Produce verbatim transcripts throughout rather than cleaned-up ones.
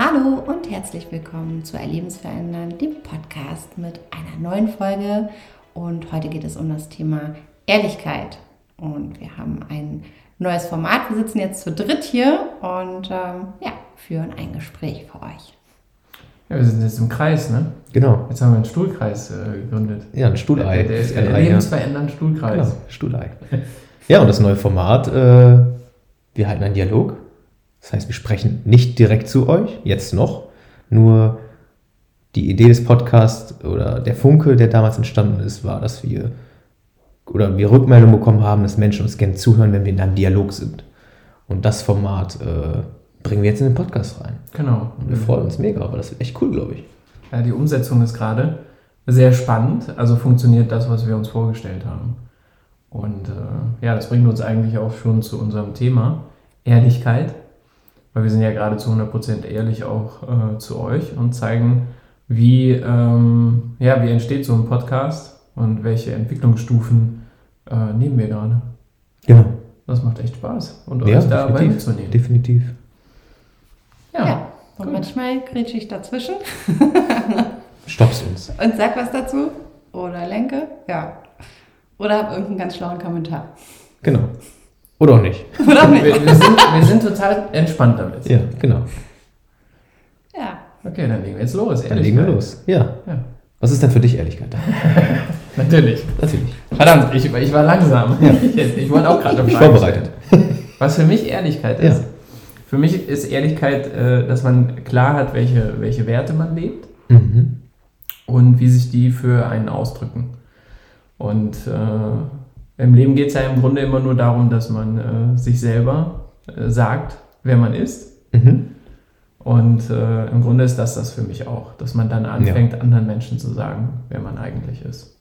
Hallo und herzlich willkommen zu Erlebensverändern, dem Podcast mit einer neuen Folge. Und heute geht es um das Thema Ehrlichkeit. Und wir haben ein neues Format. Wir sitzen jetzt zu dritt hier und ähm, ja, führen ein Gespräch für euch. Ja, wir sind jetzt im Kreis, ne? Genau. Jetzt haben wir einen Stuhlkreis äh, gegründet. Ja, ein Stuhlei. Der, der ist ein lebensverändernder Stuhlkreis. Genau, Stuhlei. Ja, und das neue Format, äh, wir halten einen Dialog. Das heißt, wir sprechen nicht direkt zu euch, jetzt noch. Nur die Idee des Podcasts oder der Funke, der damals entstanden ist, war, dass wir oder wir Rückmeldungen bekommen haben, dass Menschen uns gerne zuhören, wenn wir in einem Dialog sind. Und das Format äh, bringen wir jetzt in den Podcast rein. Genau. Und wir freuen uns mega, aber das wird echt cool, glaube ich. Ja, die Umsetzung ist gerade sehr spannend. Also funktioniert das, was wir uns vorgestellt haben. Und äh, ja, das bringt uns eigentlich auch schon zu unserem Thema Ehrlichkeit. Weil wir sind ja gerade zu hundert Prozent ehrlich auch äh, zu euch und zeigen, wie, ähm, ja, wie entsteht so ein Podcast und welche Entwicklungsstufen äh, nehmen wir gerade. Genau. Das macht echt Spaß und Ja, euch dabei definitiv. mitzunehmen. Definitiv. Ja, ja. Und gut. manchmal grätsche ich dazwischen Stoppst uns. und sag was dazu oder lenke, ja. Oder habe irgendeinen ganz schlauen Kommentar. Genau. Oder auch nicht. Oder auch nicht. Wir, wir, sind, wir sind total entspannt damit. Ja, genau. Ja. Okay, dann legen wir jetzt los. Dann legen wir los. Ja. Ja. Was ist denn für dich Ehrlichkeit? Natürlich. Natürlich. Verdammt, ich, ich war langsam. Ja. Ich, ich wollte auch gerade Ich Fragen vorbereitet. stellen. Was für mich Ehrlichkeit ist. Ja. Für mich ist Ehrlichkeit, äh, dass man klar hat, welche, welche Werte man lebt Mhm. und wie sich die für einen ausdrücken. Und äh, im Leben geht es ja im Grunde immer nur darum, dass man äh, sich selber äh, sagt, wer man ist. Mhm. Und äh, im Grunde ist das das für mich auch, dass man dann anfängt, ja. anderen Menschen zu sagen, wer man eigentlich ist.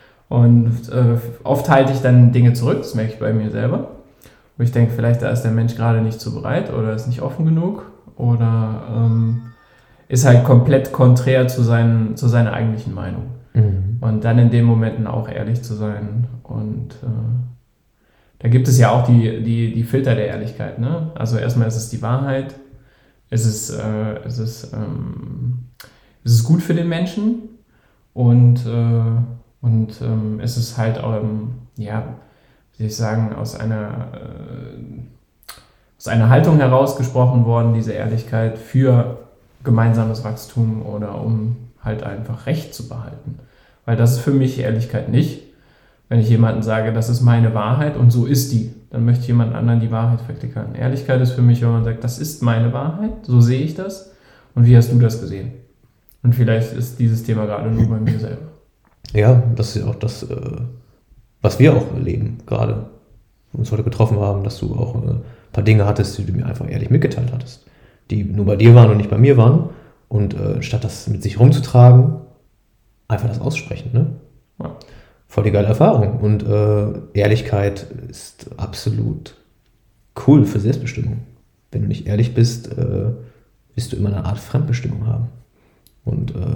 Und äh, oft halte ich dann Dinge zurück, das merke ich bei mir selber. Wo ich denke, vielleicht da ist der Mensch gerade nicht so bereit oder ist nicht offen genug oder ähm, ist halt komplett konträr zu, seinen, zu seiner eigentlichen Meinung. Mhm. Und dann in den Momenten auch ehrlich zu sein. Und äh, da gibt es ja auch die, die, die Filter der Ehrlichkeit. Ne? Also erstmal ist es die Wahrheit. Es ist, äh, es ist, ähm, es ist gut für den Menschen. Und, äh, und ähm, es ist halt, ähm, ja, wie soll ich sagen, aus einer, äh, aus einer Haltung herausgesprochen worden, diese Ehrlichkeit für gemeinsames Wachstum oder um halt einfach Recht zu behalten. Weil das ist für mich Ehrlichkeit nicht. Wenn ich jemandem sage, das ist meine Wahrheit und so ist die, dann möchte jemand anderen die Wahrheit verklickern. Ehrlichkeit ist für mich, wenn man sagt, das ist meine Wahrheit, so sehe ich das und wie hast du das gesehen? Und vielleicht ist dieses Thema gerade nur bei mir selber. Ja, das ist ja auch das, äh, was wir auch erleben, gerade uns heute getroffen haben, dass du auch äh, ein paar Dinge hattest, die du mir einfach ehrlich mitgeteilt hattest, die nur bei dir waren und nicht bei mir waren. Und äh, statt das mit sich rumzutragen, einfach das aussprechen, ne? Ja. Voll die geile Erfahrung. Und äh, Ehrlichkeit ist absolut cool für Selbstbestimmung. Wenn du nicht ehrlich bist, äh, wirst du immer eine Art Fremdbestimmung haben. Und äh,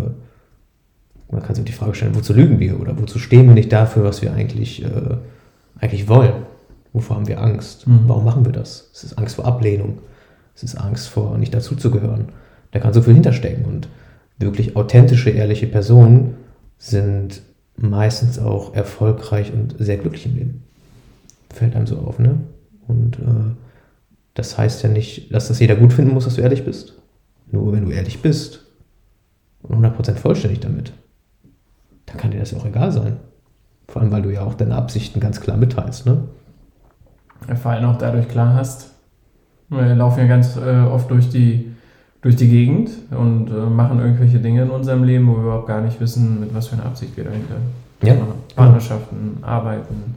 man kann sich die Frage stellen, wozu lügen wir? Oder wozu stehen wir nicht dafür, was wir eigentlich, äh, eigentlich wollen? Wovor haben wir Angst? Mhm. Warum machen wir das? Es ist Angst vor Ablehnung. Es ist Angst vor, nicht dazuzugehören. Da kann so viel hinterstecken. Und wirklich authentische, ehrliche Personen sind meistens auch erfolgreich und sehr glücklich im Leben. Fällt einem so auf, ne? Und äh, das heißt ja nicht, dass das jeder gut finden muss, dass du ehrlich bist. Nur wenn du ehrlich bist und hundert Prozent vollständig damit, dann kann dir das ja auch egal sein. Vor allem, weil du ja auch deine Absichten ganz klar mitteilst, ne? Ja, vor allem auch dadurch klar hast, wir laufen ja ganz äh, oft durch die durch die Gegend und äh, machen irgendwelche Dinge in unserem Leben, wo wir überhaupt gar nicht wissen, mit was für einer Absicht wir dahinter Ja. Partnerschaften, Arbeiten,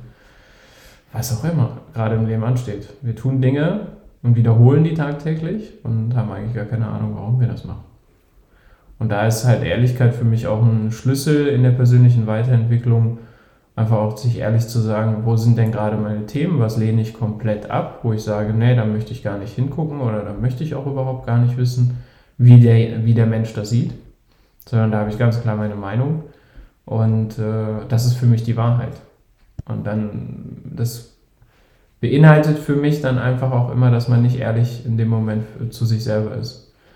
was auch immer gerade im Leben ansteht. Wir tun Dinge und wiederholen die tagtäglich und haben eigentlich gar keine Ahnung, warum wir das machen. Und da ist halt Ehrlichkeit für mich auch ein Schlüssel in der persönlichen Weiterentwicklung, einfach auch sich ehrlich zu sagen, wo sind denn gerade meine Themen, was lehne ich komplett ab, wo ich sage, nee, da möchte ich gar nicht hingucken oder da möchte ich auch überhaupt gar nicht wissen, wie der, wie der Mensch das sieht, sondern da habe ich ganz klar meine Meinung und äh, das ist für mich die Wahrheit. Und dann, das beinhaltet für mich dann einfach auch immer, dass man nicht ehrlich in dem Moment zu sich selber ist.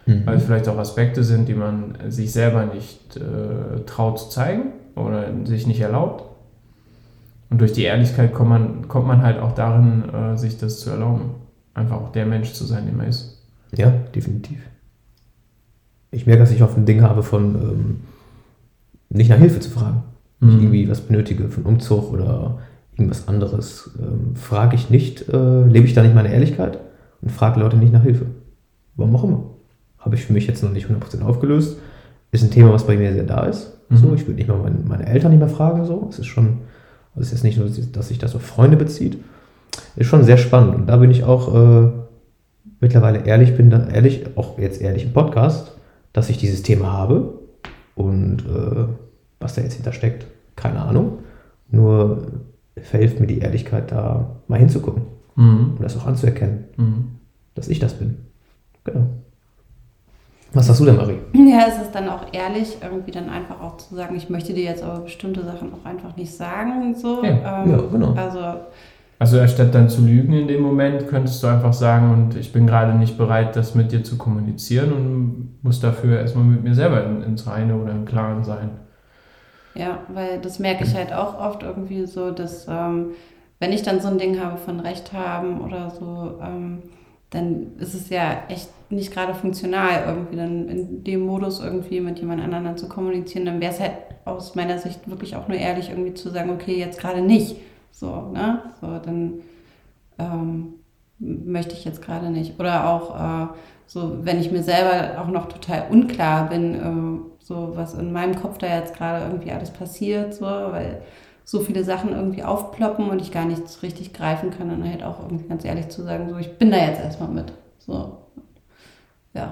mhm. weil es vielleicht auch Aspekte sind, die man sich selber nicht äh, traut zu zeigen oder sich nicht erlaubt. Und durch die Ehrlichkeit kommt man, kommt man halt auch darin, äh, sich das zu erlauben. Einfach auch der Mensch zu sein, der man ist. Ja, definitiv. Ich merke, dass ich oft ein Ding habe von ähm, nicht nach Hilfe zu fragen. Wenn ich irgendwie was benötige für einen Umzug oder irgendwas anderes, ähm, frage ich nicht, äh, lebe ich da nicht meine Ehrlichkeit und frage Leute nicht nach Hilfe. Warum auch immer. Habe ich für mich jetzt noch nicht hundert Prozent aufgelöst. Ist ein Thema, was bei mir sehr da ist. Mhm. So, ich würde nicht mal meine, meine Eltern nicht mehr fragen. So. Es ist schon, es ist jetzt nicht nur, dass sich das auf Freunde bezieht. Ist schon sehr spannend. Und da bin ich auch äh, mittlerweile ehrlich, bin da ehrlich, auch jetzt ehrlich im Podcast, dass ich dieses Thema habe. Und äh, was da jetzt hintersteckt, keine Ahnung. Nur verhilft mir die Ehrlichkeit, da mal hinzugucken. Mhm. Und das auch anzuerkennen, mhm. dass ich das bin. Genau. Was sagst du denn, Marie? Ja, es ist dann auch ehrlich, irgendwie dann einfach auch zu sagen, ich möchte dir jetzt aber bestimmte Sachen auch einfach nicht sagen und so. Ja, ähm, ja genau. Also, also anstatt dann zu lügen in dem Moment, könntest du einfach sagen, und ich bin gerade nicht bereit, das mit dir zu kommunizieren und muss dafür erstmal mit mir selber in, ins Reine oder im Klaren sein. Ja, weil das merke ich halt auch oft irgendwie so, dass ähm, wenn ich dann so ein Ding habe von Recht haben oder so, ähm, dann ist es ja echt nicht gerade funktional, irgendwie dann in dem Modus irgendwie mit jemand anderem dann zu kommunizieren. Dann wäre es halt aus meiner Sicht wirklich auch nur ehrlich irgendwie zu sagen, okay, jetzt gerade nicht. So, ne? So, dann ähm, möchte ich jetzt gerade nicht. Oder auch äh, so, wenn ich mir selber auch noch total unklar bin, äh, so was in meinem Kopf da jetzt gerade irgendwie alles passiert, so, weil so viele Sachen irgendwie aufploppen und ich gar nichts richtig greifen kann, dann halt auch irgendwie ganz ehrlich zu sagen, so, ich bin da jetzt erstmal mit. So, ja.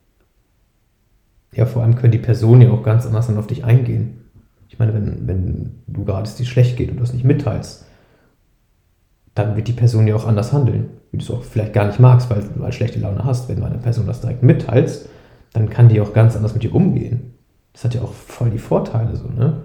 Ja, vor allem können die Personen ja auch ganz anders dann auf dich eingehen. Ich meine, wenn, wenn du gerade es dir schlecht geht und du das nicht mitteilst, dann wird die Person ja auch anders handeln, wie du es auch vielleicht gar nicht magst, weil du halt schlechte Laune hast. Wenn du einer Person das direkt mitteilst, dann kann die auch ganz anders mit dir umgehen. Das hat ja auch voll die Vorteile, so, ne?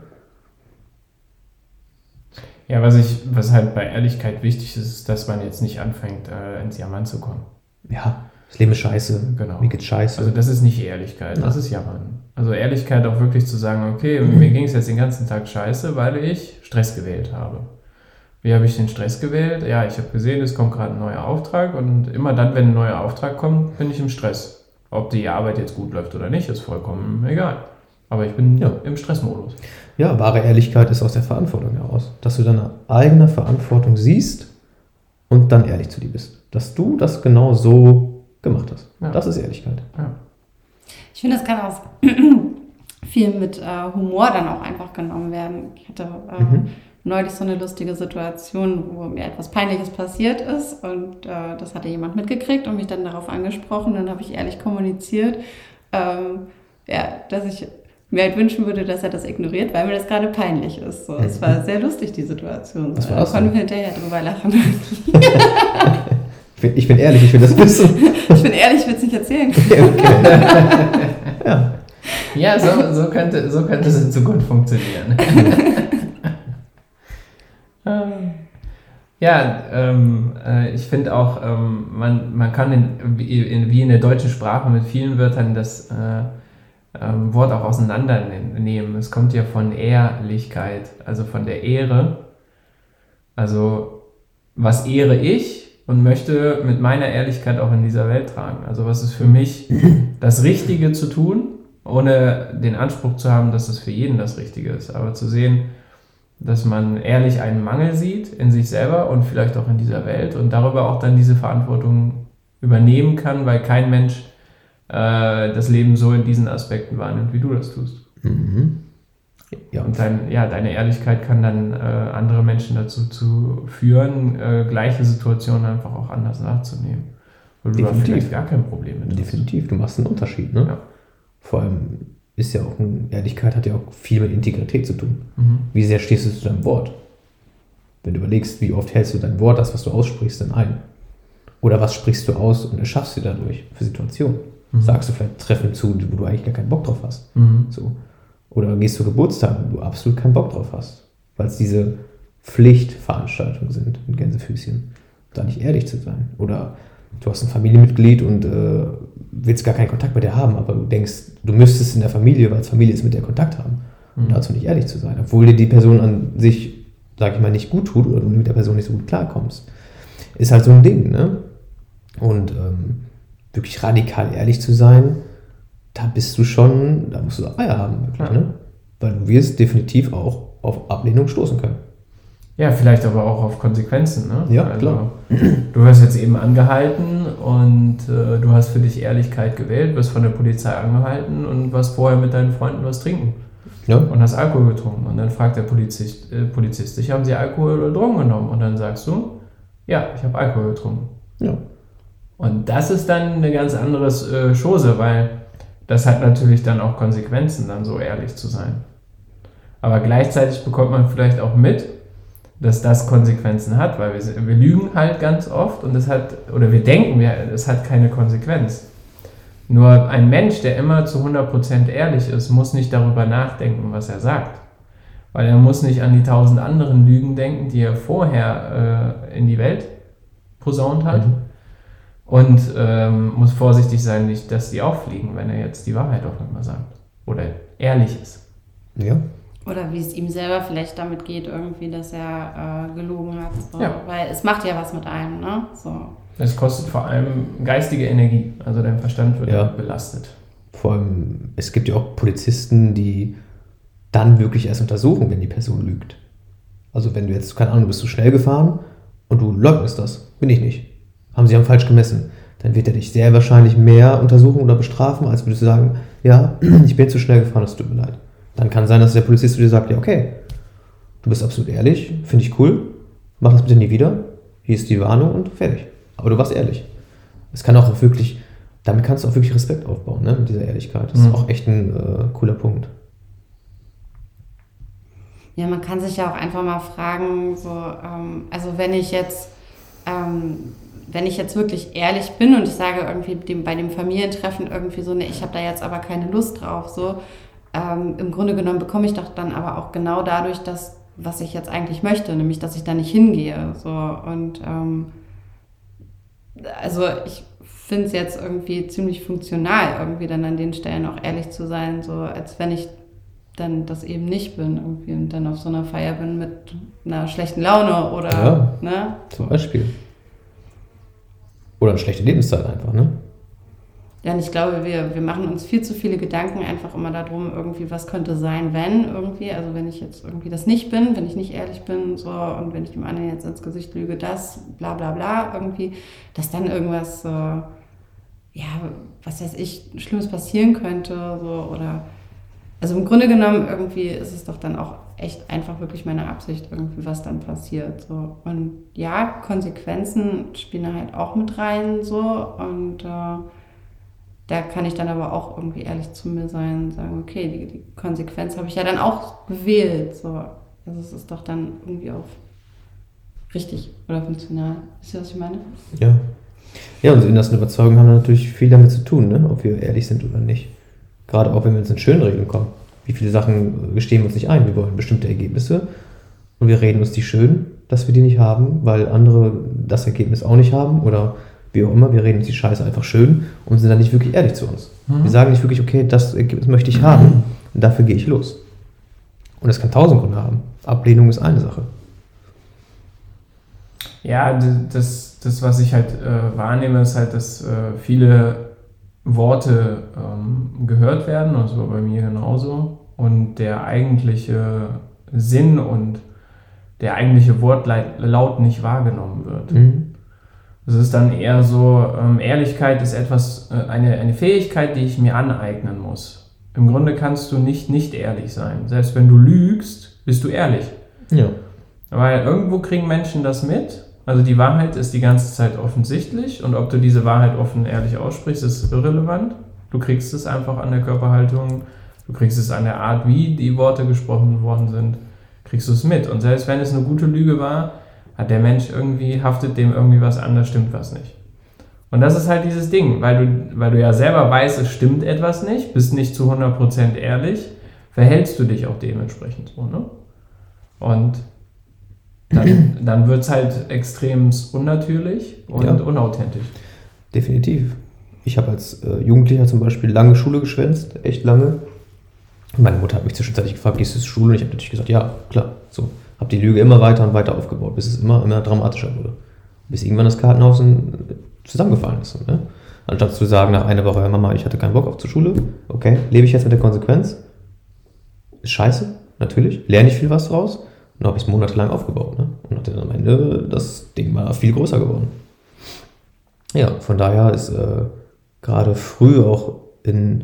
Ja, was ich, was halt bei Ehrlichkeit wichtig ist, ist, dass man jetzt nicht anfängt, äh, ins Jammern zu kommen. Ja, das Leben ist scheiße. Genau. Mir geht's scheiße. Also das ist nicht Ehrlichkeit, das ja. ist Jammern. Also Ehrlichkeit auch wirklich zu sagen, okay, mir ging es jetzt den ganzen Tag scheiße, weil ich Stress gewählt habe. Wie habe ich den Stress gewählt? Ja, ich habe gesehen, es kommt gerade ein neuer Auftrag und immer dann, wenn ein neuer Auftrag kommt, bin ich im Stress. Ob die Arbeit jetzt gut läuft oder nicht, ist vollkommen egal. Aber ich bin ja im Stressmodus. Ja, wahre Ehrlichkeit ist aus der Verantwortung heraus. Dass du deine eigene Verantwortung siehst und dann ehrlich zu dir bist. Dass du das genau so gemacht hast. Ja. Das ist Ehrlichkeit. Ja. Ich finde, das kann auch viel mit äh, Humor dann auch einfach genommen werden. Ich hatte äh, mhm. neulich so eine lustige Situation, wo mir etwas Peinliches passiert ist und äh, das hatte jemand mitgekriegt und mich dann darauf angesprochen. Dann habe ich ehrlich kommuniziert, ähm, ja, dass ich mir halt wünschen würde, dass er das ignoriert, weil mir das gerade peinlich ist. So, es war sehr lustig, die Situation. Was So. war Da konnten wir hinterher drüber lachen. ich, bin, ich bin ehrlich, ich will das wissen. Ich bin ehrlich, ich will es nicht erzählen. Okay. ja, ja so, so, könnte, so könnte es in Zukunft funktionieren. Ja, ähm, äh, ich finde auch, ähm, man, man kann in, in, wie in der deutschen Sprache mit vielen Wörtern das äh, ähm, Wort auch auseinandernehmen. Es kommt ja von Ehrlichkeit, also von der Ehre. Also was ehre ich und möchte mit meiner Ehrlichkeit auch in dieser Welt tragen. Also was ist für mich das Richtige zu tun, ohne den Anspruch zu haben, dass es für jeden das Richtige ist. Aber zu sehen, dass man ehrlich einen Mangel sieht in sich selber und vielleicht auch in dieser Welt und darüber auch dann diese Verantwortung übernehmen kann, weil kein Mensch äh, das Leben so in diesen Aspekten wahrnimmt, wie du das tust. Mhm. Ja. Und dein, ja, deine Ehrlichkeit kann dann äh, andere Menschen dazu zu führen, äh, gleiche Situationen einfach auch anders wahrzunehmen. Weil du da vielleicht gar kein Problem mit hast. Definitiv, du machst einen Unterschied. Ne? Ja. Vor allem ist ja auch, ein, Ehrlichkeit hat ja auch viel mit Integrität zu tun. Mhm. Wie sehr stehst du zu deinem Wort? Wenn du überlegst, wie oft hältst du dein Wort, das, was du aussprichst, denn ein? Oder was sprichst du aus und erschaffst du dadurch für Situationen? Mhm. Sagst du vielleicht Treffen zu, wo du eigentlich gar keinen Bock drauf hast? Mhm. So. Oder gehst du Geburtstag, wo du absolut keinen Bock drauf hast? Weil es diese Pflichtveranstaltungen sind, mit Gänsefüßchen. Da nicht ehrlich zu sein. Oder du hast ein Familienmitglied und äh, willst gar keinen Kontakt mit der haben, aber du denkst, du müsstest in der Familie, weil es Familie ist, mit der Kontakt haben. Mhm. Und dazu nicht ehrlich zu sein, obwohl dir die Person an sich, sag ich mal, nicht gut tut oder du mit der Person nicht so gut klarkommst. Ist halt so ein Ding, ne? Und ähm, wirklich radikal ehrlich zu sein, da bist du schon, da musst du Eier haben, wirklich, ne? Weil du wirst definitiv auch auf Ablehnung stoßen können. Ja, vielleicht aber auch auf Konsequenzen, ne? Ja, also, klar. Du wirst jetzt eben angehalten und äh, du hast für dich Ehrlichkeit gewählt, wirst von der Polizei angehalten und warst vorher mit deinen Freunden was trinken. Ja. Und hast Alkohol getrunken. Und dann fragt der Polizist, äh, Polizist dich, haben sie Alkohol oder Drogen genommen? Und dann sagst du, ja, ich habe Alkohol getrunken. Ja. Und das ist dann eine ganz andere äh, Chose, weil das hat natürlich dann auch Konsequenzen, dann so ehrlich zu sein. Aber gleichzeitig bekommt man vielleicht auch mit, dass das Konsequenzen hat, weil wir, wir lügen halt ganz oft und das hat, oder wir denken, es hat keine Konsequenz. Nur ein Mensch, der immer zu hundert Prozent ehrlich ist, muss nicht darüber nachdenken, was er sagt. Weil er muss nicht an die tausend anderen Lügen denken, die er vorher äh, in die Welt posaunt hat. Mhm. Und ähm, muss vorsichtig sein, nicht, dass die auffliegen, wenn er jetzt die Wahrheit auch nicht mal sagt. Oder ehrlich ist. Ja. Oder wie es ihm selber vielleicht damit geht, irgendwie, dass er äh, gelogen hat. So. Ja. Weil es macht ja was mit einem, ne? So. Es kostet vor allem geistige Energie. Also dein Verstand wird ja. belastet. Vor allem, es gibt ja auch Polizisten, die dann wirklich erst untersuchen, wenn die Person lügt. Also wenn du jetzt, keine Ahnung, du bist zu schnell gefahren und du leugnest das. Bin ich nicht. Haben sie haben falsch gemessen. Dann wird er dich sehr wahrscheinlich mehr untersuchen oder bestrafen, als würdest du sagen, ja, ich bin zu schnell gefahren, es tut mir leid. Dann kann sein, dass der Polizist zu dir sagt, ja, okay, du bist absolut ehrlich, finde ich cool, mach das bitte nie wieder, hier ist die Warnung und fertig. Aber du warst ehrlich. Es kann auch wirklich, damit kannst du auch wirklich Respekt aufbauen, ne, mit dieser Ehrlichkeit. Das mhm. ist auch echt ein äh, cooler Punkt. Ja, man kann sich ja auch einfach mal fragen, so, ähm, also wenn ich jetzt, ähm, wenn ich jetzt wirklich ehrlich bin und ich sage irgendwie dem, bei dem Familientreffen irgendwie so, ne, ich habe da jetzt aber keine Lust drauf, so, Ähm, im Grunde genommen bekomme ich doch dann aber auch genau dadurch das, was ich jetzt eigentlich möchte, nämlich, dass ich da nicht hingehe. So. Und ähm, also ich finde es jetzt irgendwie ziemlich funktional, irgendwie dann an den Stellen auch ehrlich zu sein, so als wenn ich dann das eben nicht bin irgendwie und dann auf so einer Feier bin mit einer schlechten Laune oder, ja, ne? Zum Beispiel. Oder eine schlechte Lebenszeit einfach, ne? Ja, und ich glaube, wir, wir machen uns viel zu viele Gedanken einfach immer darum, irgendwie, was könnte sein, wenn irgendwie, also wenn ich jetzt irgendwie das nicht bin, wenn ich nicht ehrlich bin, so, und wenn ich dem anderen jetzt ins Gesicht lüge, das, bla bla bla, irgendwie, dass dann irgendwas, äh, ja, was weiß ich, Schlimmes passieren könnte, so, oder, also im Grunde genommen irgendwie ist es doch dann auch echt einfach wirklich meine Absicht, irgendwie, was dann passiert, so, und ja, Konsequenzen spielen halt auch mit rein, so, und, äh, da kann ich dann aber auch irgendwie ehrlich zu mir sein und sagen, okay, die, die Konsequenz habe ich ja dann auch gewählt. So. Also es ist doch dann irgendwie auch richtig oder funktional. Wisst ihr, was ich meine? Ja. Ja, und so inneren Überzeugungen haben natürlich viel damit zu tun, ne? Ob wir ehrlich sind oder nicht. Gerade auch, wenn wir uns in Schönreden kommen. Wie viele Sachen gestehen wir uns nicht ein? Wir wollen bestimmte Ergebnisse und wir reden uns die schön, dass wir die nicht haben, weil andere das Ergebnis auch nicht haben oder wie auch immer, wir reden uns die Scheiße einfach schön und sind dann nicht wirklich ehrlich zu uns. Mhm. Wir sagen nicht wirklich, okay, das Ergebnis möchte ich haben und dafür gehe ich los. Und das kann tausend Gründe haben. Ablehnung ist eine Sache. Ja, das, das was ich halt äh, wahrnehme, ist halt, dass äh, viele Worte ähm, gehört werden, und das war bei mir genauso. Und der eigentliche Sinn und der eigentliche Wortlaut nicht wahrgenommen wird. Mhm. Es ist dann eher so, ähm, Ehrlichkeit ist etwas, äh, eine, eine Fähigkeit, die ich mir aneignen muss. Im Grunde kannst du nicht nicht ehrlich sein. Selbst wenn du lügst, bist du ehrlich. Ja. Weil irgendwo kriegen Menschen das mit. Also die Wahrheit ist die ganze Zeit offensichtlich und ob du diese Wahrheit offen ehrlich aussprichst, ist irrelevant. Du kriegst es einfach an der Körperhaltung, du kriegst es an der Art, wie die Worte gesprochen worden sind, kriegst du es mit. Und selbst wenn es eine gute Lüge war, hat der Mensch irgendwie, haftet dem irgendwie was an, da stimmt was nicht. Und das ist halt dieses Ding, weil du, weil du ja selber weißt, es stimmt etwas nicht, bist nicht zu hundert Prozent ehrlich, verhältst du dich auch dementsprechend so, ne? Und dann, dann wird es halt extrem unnatürlich und ja. unauthentisch. Definitiv. Ich habe als äh, Jugendlicher zum Beispiel lange Schule geschwänzt, echt lange. Meine Mutter hat mich zwischenzeitlich gefragt, gehst du zur Schule? Und ich habe natürlich gesagt, ja, klar. So, habe die Lüge immer weiter und weiter aufgebaut, bis es immer, immer dramatischer wurde. Bis irgendwann das Kartenhaus zusammengefallen ist. Ne? Anstatt zu sagen nach einer Woche, Mama, ich hatte keinen Bock auf zur Schule, okay, lebe ich jetzt mit der Konsequenz? Ist scheiße, natürlich, lerne ich viel was draus. Und dann habe ich es monatelang aufgebaut. Ne? Und dann am Ende, das Ding war viel größer geworden. Ja, von daher ist äh, gerade früh auch in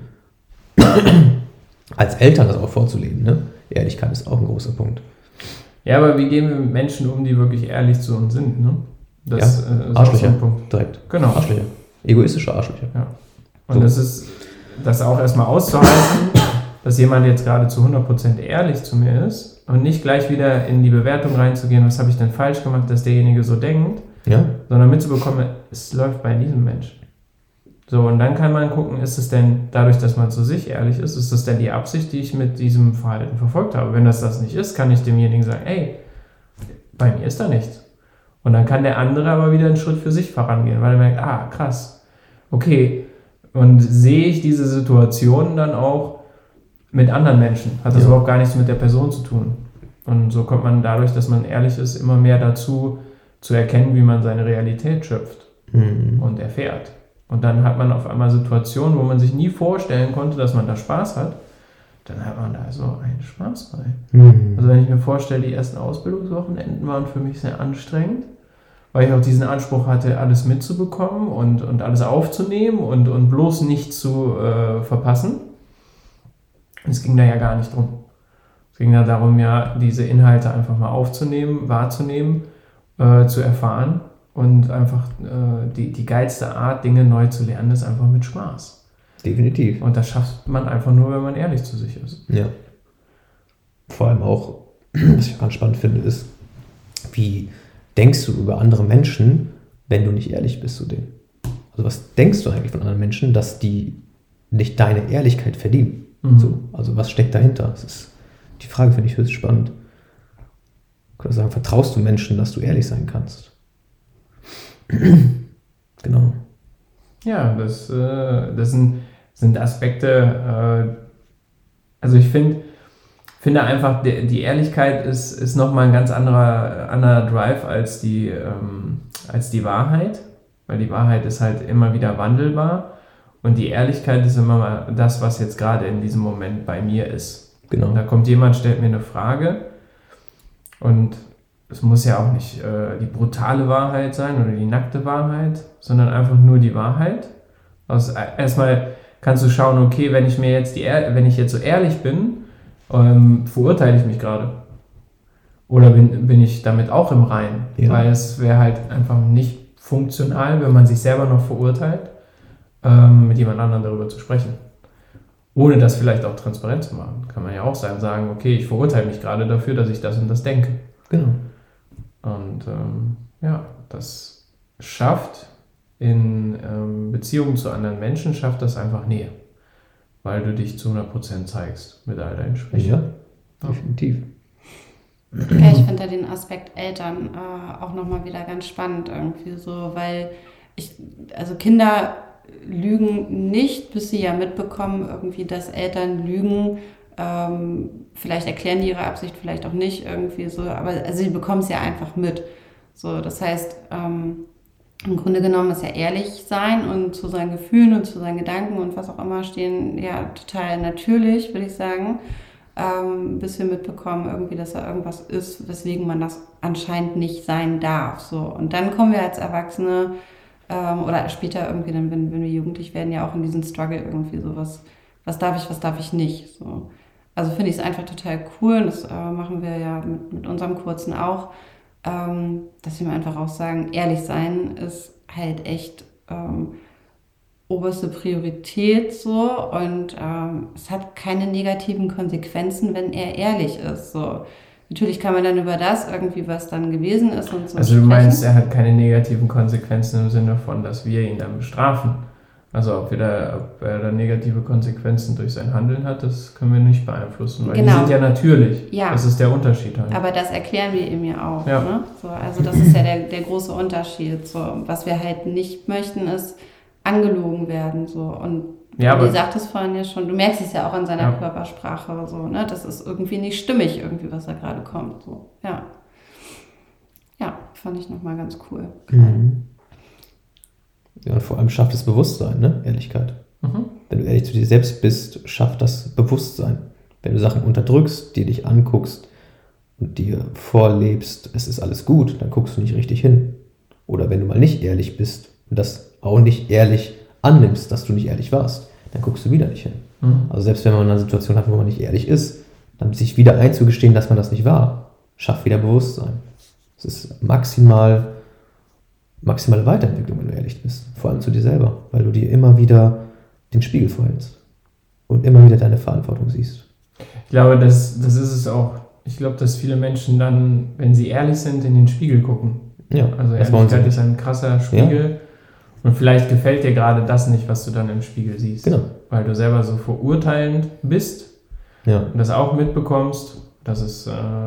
als Eltern das auch vorzuleben. Ne? Ehrlichkeit ist auch ein großer Punkt. Ja, aber wie gehen wir mit Menschen um, die wirklich ehrlich zu uns sind? Ne? Das ja, äh, ist Arschlöcher, auch so ein Punkt. Direkt. Genau. Arschlöcher. Egoistische Arschlöcher. Ja. Und so. das ist, das auch erstmal auszuhalten, dass jemand jetzt gerade zu hundert Prozent ehrlich zu mir ist und nicht gleich wieder in die Bewertung reinzugehen, was habe ich denn falsch gemacht, dass derjenige so denkt, ja. sondern mitzubekommen, es läuft bei diesem Menschen. So, und dann kann man gucken, ist es denn, dadurch, dass man zu sich ehrlich ist, ist das denn die Absicht, die ich mit diesem Verhalten verfolgt habe? Wenn das das nicht ist, kann ich demjenigen sagen, ey, bei mir ist da nichts. Und dann kann der andere aber wieder einen Schritt für sich vorangehen, weil er merkt, ah, krass, okay. Und sehe ich diese Situation dann auch mit anderen Menschen? Hat das ja. überhaupt gar nichts mit der Person zu tun? Und so kommt man dadurch, dass man ehrlich ist, immer mehr dazu, zu erkennen, wie man seine Realität schöpft mhm. und erfährt. Und dann hat man auf einmal Situationen, wo man sich nie vorstellen konnte, dass man da Spaß hat. Dann hat man da so einen Spaß bei. Mhm. Also wenn ich mir vorstelle, die ersten Ausbildungswochenenden waren für mich sehr anstrengend, weil ich auch diesen Anspruch hatte, alles mitzubekommen und, und alles aufzunehmen und, und bloß nicht zu äh, verpassen. Es ging da ja gar nicht drum. Es ging da darum, ja, diese Inhalte einfach mal aufzunehmen, wahrzunehmen, äh, zu erfahren. Und einfach äh, die, die geilste Art, Dinge neu zu lernen, ist einfach mit Spaß. Definitiv. Und das schafft man einfach nur, wenn man ehrlich zu sich ist. Ja. Vor allem auch, was ich ganz spannend finde, ist, wie denkst du über andere Menschen, wenn du nicht ehrlich bist zu denen? Also was denkst du eigentlich von anderen Menschen, dass die nicht deine Ehrlichkeit verdienen? Mhm. So, also was steckt dahinter? Das ist, die Frage finde ich höchst spannend. Ich könnte sagen, vertraust du Menschen, dass du ehrlich sein kannst? Genau. Ja, das, äh, das sind, sind Aspekte, äh, also ich find, finde einfach, die, die Ehrlichkeit ist, ist nochmal ein ganz anderer, anderer Drive als die, ähm, als die Wahrheit, weil die Wahrheit ist halt immer wieder wandelbar und die Ehrlichkeit ist immer mal das, was jetzt gerade in diesem Moment bei mir ist. Genau. Und da kommt jemand, stellt mir eine Frage und es muss ja auch nicht äh, die brutale Wahrheit sein oder die nackte Wahrheit, sondern einfach nur die Wahrheit. Also erstmal kannst du schauen, okay, wenn ich mir jetzt die, wenn ich jetzt so ehrlich bin, ähm, verurteile ich mich gerade. Oder bin, bin ich damit auch im Reinen? Ja. Weil es wäre halt einfach nicht funktional, wenn man sich selber noch verurteilt, ähm, mit jemand anderem darüber zu sprechen. Ohne das vielleicht auch transparent zu machen. Kann man ja auch sein, sagen, okay, ich verurteile mich gerade dafür, dass ich das und das denke. Genau. Und ähm, ja, das schafft in ähm, Beziehungen zu anderen Menschen, schafft das einfach Nähe. Weil du dich zu hundert Prozent zeigst mit all deinen Schwächen. Ja, definitiv. Ja, ich finde da den Aspekt Eltern äh, auch nochmal wieder ganz spannend irgendwie so, weil ich, also Kinder lügen nicht, bis sie ja mitbekommen irgendwie, dass Eltern lügen. Ähm, vielleicht erklären die ihre Absicht, vielleicht auch nicht irgendwie so, aber also sie bekommen es ja einfach mit. So, das heißt, ähm, im Grunde genommen ist ja ehrlich sein und zu seinen Gefühlen und zu seinen Gedanken und was auch immer stehen, ja, total natürlich, würde ich sagen, ähm, bis wir mitbekommen irgendwie, dass da irgendwas ist, weswegen man das anscheinend nicht sein darf. So. Und dann kommen wir als Erwachsene ähm, oder später irgendwie, dann, wenn, wenn wir jugendlich werden, ja auch in diesen Struggle irgendwie so, was, was darf ich, was darf ich nicht, so. Also finde ich es einfach total cool und das äh, machen wir ja mit, mit unserem Kurzen auch, ähm, dass wir einfach auch sagen, ehrlich sein ist halt echt ähm, oberste Priorität so und ähm, es hat keine negativen Konsequenzen, wenn er ehrlich ist. So. Natürlich kann man dann über das irgendwie, was dann gewesen ist und so. Also du sprechen. meinst, er hat keine negativen Konsequenzen im Sinne von, dass wir ihn dann bestrafen? Also ob, wir da, ob er da negative Konsequenzen durch sein Handeln hat, das können wir nicht beeinflussen, weil genau. die sind ja natürlich. Ja. Das ist der Unterschied halt. Aber das erklären wir ihm ja auch. Ja. Ne? So, also das ist ja der, der große Unterschied. So, was wir halt nicht möchten ist, angelogen werden. So. Und Ja, du aber sagtest vorhin ja schon, du merkst es ja auch an seiner Ja. Körpersprache, so, ne? Das ist irgendwie nicht stimmig, irgendwie, was da gerade kommt. So. Ja. Ja, fand ich nochmal ganz cool. Mhm. Ja, und vor allem schafft es Bewusstsein, ne? Ehrlichkeit. mhm. Wenn du ehrlich zu dir selbst bist, schafft das Bewusstsein. Wenn du Sachen unterdrückst, dir dich anguckst und dir vorlebst, es ist alles gut, dann guckst du nicht richtig hin. Oder wenn du mal nicht ehrlich bist und das auch nicht ehrlich annimmst, dass du nicht ehrlich warst, dann guckst du wieder nicht hin. Mhm. Also selbst wenn man eine Situation hat, wo man nicht ehrlich ist, dann sich wieder einzugestehen, dass man das nicht war, schafft wieder Bewusstsein. Es ist maximal, maximale Weiterentwicklung, wenn du ehrlich bist. Vor allem zu dir selber, weil du dir immer wieder den Spiegel vorhältst und immer wieder deine Verantwortung siehst. Ich glaube, das, das ist es auch. Ich glaube, dass viele Menschen dann, wenn sie ehrlich sind, in den Spiegel gucken. Ja, Also das wollen sie Ehrlichkeit nicht. ist ein krasser Spiegel. Und vielleicht gefällt dir gerade das nicht, was du dann im Spiegel siehst. Genau. Weil du selber so verurteilend bist Ja, und das auch mitbekommst. Das ist äh,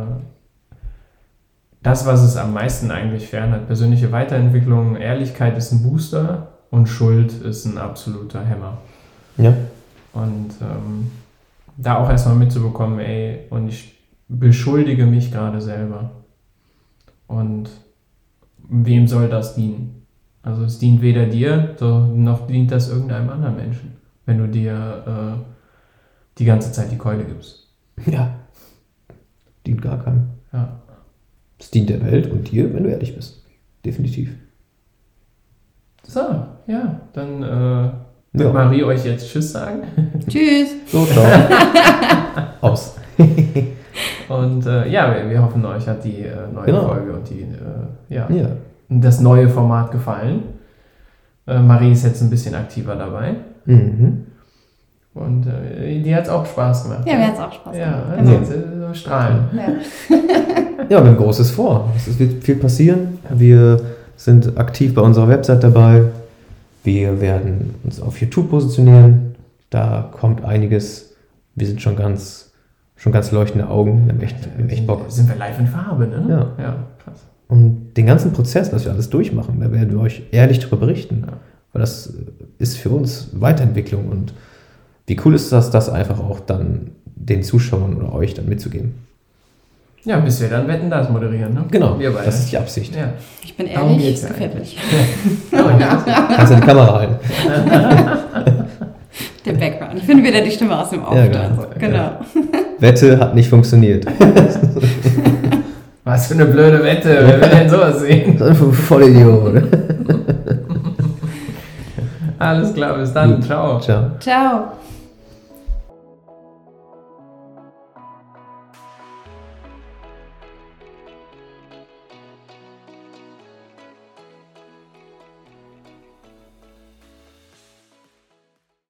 das, was es am meisten eigentlich fernert. Persönliche Weiterentwicklung, Ehrlichkeit ist ein Booster und Schuld ist ein absoluter Hämmer. ja, Und ähm, da auch erstmal mitzubekommen, ey, und ich beschuldige mich gerade selber. Und wem soll das dienen? Also es dient weder dir, so, noch dient das irgendeinem anderen Menschen, wenn du dir äh, die ganze Zeit die Keule gibst. ja. Dient gar keinem. Ja. Es dient der Welt und dir, wenn du ehrlich bist. Definitiv. So, ja, dann äh, wird Ja. Marie euch jetzt Tschüss sagen. Tschüss! So, ciao. Aus. Und äh, ja, wir, wir hoffen, euch hat die äh, neue Genau. Folge und die, äh, ja, Ja. das neue Format gefallen. Äh, Marie ist jetzt ein bisschen aktiver dabei. Mhm. Und äh, die hat es auch Spaß gemacht. Ja, mir hat es auch Spaß Ja, gemacht. also Ja. jetzt, äh, so strahlen. Ja. Ja, wir haben Großes vor. Es wird viel passieren. Wir sind aktiv bei unserer Website dabei. Wir werden uns auf YouTube positionieren. Da kommt einiges. Wir sind schon ganz, schon ganz leuchtende Augen. Wir haben echt, wir haben echt Bock. Sind wir live in Farbe, ne? Ja. Ja, krass. Und den ganzen Prozess, was wir alles durchmachen, da werden wir euch ehrlich darüber berichten. Ja. Weil das ist für uns Weiterentwicklung. Und wie cool ist das, das einfach auch dann den Zuschauern oder euch dann mitzugeben. Ja, bis wir dann Wetten, das moderieren, ne? Genau, Wir beide. das ist die Absicht. Ja. Ich bin Darum ehrlich, geht's es ja gefällt eigentlich. mich. Oh, ja. Kannst du die Kamera halten? Der Background. Ich finde wieder die Stimme aus dem Auto. Ja, genau. Also, genau. Wette hat nicht funktioniert. Was für eine blöde Wette. Wer will denn sowas sehen? Vollidiot. Alles klar, bis dann. Gut. Ciao. Ciao. Ciao.